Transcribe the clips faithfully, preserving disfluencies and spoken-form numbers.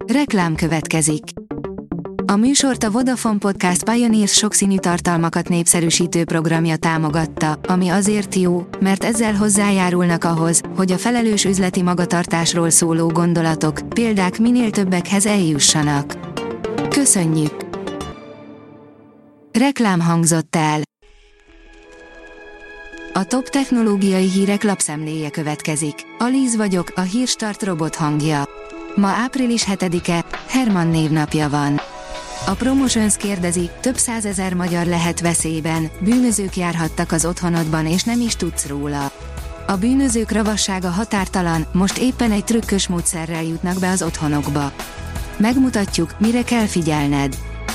Reklám következik. A műsort a Vodafone Podcast Pioneers sokszínű tartalmakat népszerűsítő programja támogatta, ami azért jó, mert ezzel hozzájárulnak ahhoz, hogy a felelős üzleti magatartásról szóló gondolatok, példák minél többekhez eljussanak. Köszönjük! Reklám hangzott el. A top technológiai hírek lapszemléje következik. Alíz vagyok, a Hírstart robot hangja. Ma április hetedike, Hermann névnapja van. A Promotions kérdezi, több százezer magyar lehet veszélyben, bűnözők járhattak az otthonodban és nem is tudsz róla. A bűnözők ravassága határtalan, most éppen egy trükkös módszerrel jutnak be az otthonokba. Megmutatjuk, mire kell figyelned.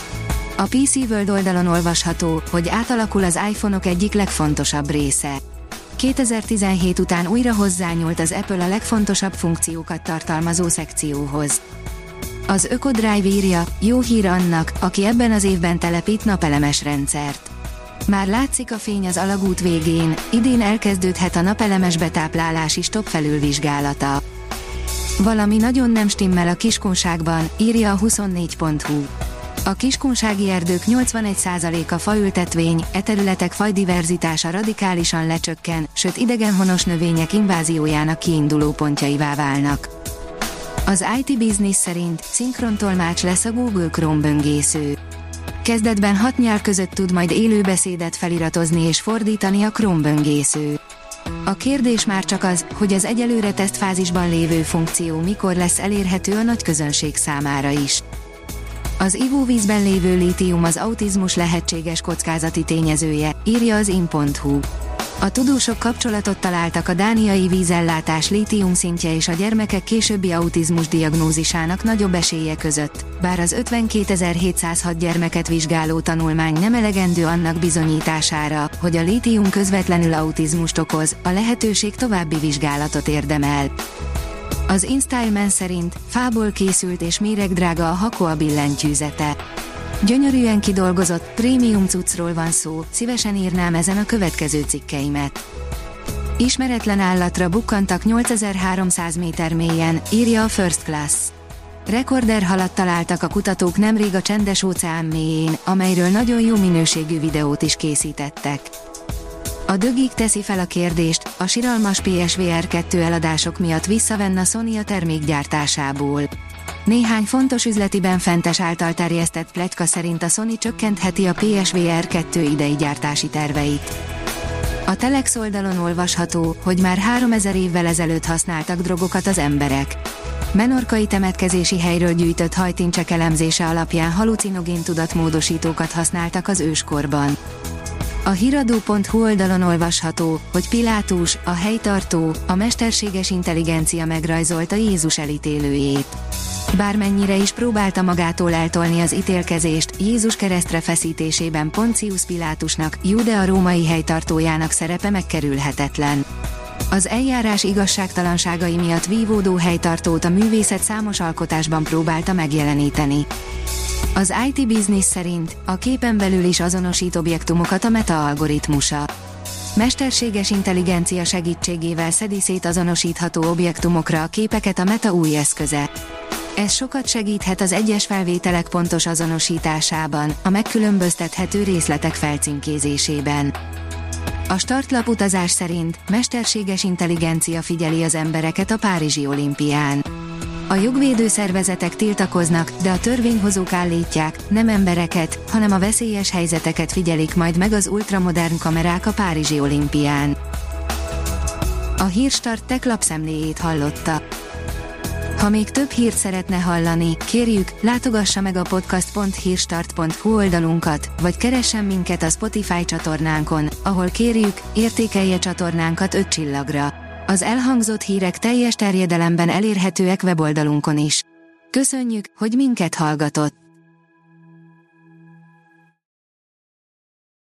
A pé cé World oldalon olvasható, hogy átalakul az iPhone-ok egyik legfontosabb része. kétezer-tizenhét után újra hozzányúlt az Apple a legfontosabb funkciókat tartalmazó szekcióhoz. Az Ökodrive írja, jó hír annak, aki ebben az évben telepít napelemes rendszert. Már látszik a fény az alagút végén, idén elkezdődhet a napelemes betáplálási stop felülvizsgálata. Valami nagyon nem stimmel a kiskunságban, írja a huszonnégy pont hu. A kiskunsági erdők nyolcvanegy százaléka faültetvény, e területek fajdiverzitása radikálisan lecsökken, sőt idegenhonos növények inváziójának kiinduló pontjaivá válnak. Az i té Business szerint szinkrontolmács lesz a Google Chrome böngésző. Kezdetben hat nyelv között tud majd élőbeszédet feliratozni és fordítani a Chrome böngésző. A kérdés már csak az, hogy az egyelőre tesztfázisban lévő funkció mikor lesz elérhető a nagy közönség számára is. Az ivóvízben lévő lítium az autizmus lehetséges kockázati tényezője, írja az in pont hu. A tudósok kapcsolatot találtak a dániai vízellátás lítium szintje és a gyermekek későbbi autizmus diagnózisának nagyobb esélye között, bár az ötvenkétezer-hétszázhat gyermeket vizsgáló tanulmány nem elegendő annak bizonyítására, hogy a lítium közvetlenül autizmust okoz, a lehetőség további vizsgálatot érdemel. Az InStyleman szerint fából készült és méregdrága a Hakoa billentyűzete. Gyönyörűen kidolgozott, prémium cuccról van szó, szívesen írnám ezen a következő cikkeimet. Ismeretlen állatra bukkantak nyolcezer-háromszáz méter mélyen, írja a First Class. Rekorder halat találtak a kutatók nemrég a Csendes-óceán mélyén, amelyről nagyon jó minőségű videót is készítettek. A The Geek teszi fel a kérdést, a siralmas pé es vé er kettő eladások miatt visszavenn a Sony a termékgyártásából. Néhány fontos üzletiben fentes által terjesztett pletyka szerint a Sony csökkentheti a pé es vé er kettő idei gyártási terveit. A Telex oldalon olvasható, hogy már háromezer évvel ezelőtt használtak drogokat az emberek. Menorkai temetkezési helyről gyűjtött hajtincsek elemzése alapján halucinogén tudatmódosítókat használtak az őskorban. A hiradó pont hu oldalon olvasható, hogy Pilátus, a helytartó, a mesterséges intelligencia megrajzolta Jézus elítélőjét. Bármennyire is próbálta magától eltolni az ítélkezést, Jézus keresztre feszítésében Poncius Pilátusnak, Júdea római helytartójának szerepe megkerülhetetlen. Az eljárás igazságtalanságai miatt vívódó helytartót a művészet számos alkotásban próbálta megjeleníteni. Az i té Business szerint a képen belül is azonosít objektumokat a Meta algoritmusa. Mesterséges intelligencia segítségével szedi szét azonosítható objektumokra a képeket a Meta új eszköze. Ez sokat segíthet az egyes felvételek pontos azonosításában, a megkülönböztethető részletek felcímkézésében. A startlap utazás szerint mesterséges intelligencia figyeli az embereket a Párizsi olimpián. A jogvédő szervezetek tiltakoznak, de a törvényhozók állítják, nem embereket, hanem a veszélyes helyzeteket figyelik majd meg az ultramodern kamerák a Párizsi olimpián. A Hírstart Tech lapszemléjét hallotta. Ha még több hírt szeretne hallani, kérjük, látogassa meg a podcast pont hírstart pont hu oldalunkat, vagy keressen minket a Spotify csatornánkon, ahol kérjük, értékelje csatornánkat öt csillagra. Az elhangzott hírek teljes terjedelemben elérhetőek weboldalunkon is. Köszönjük, hogy minket hallgatott!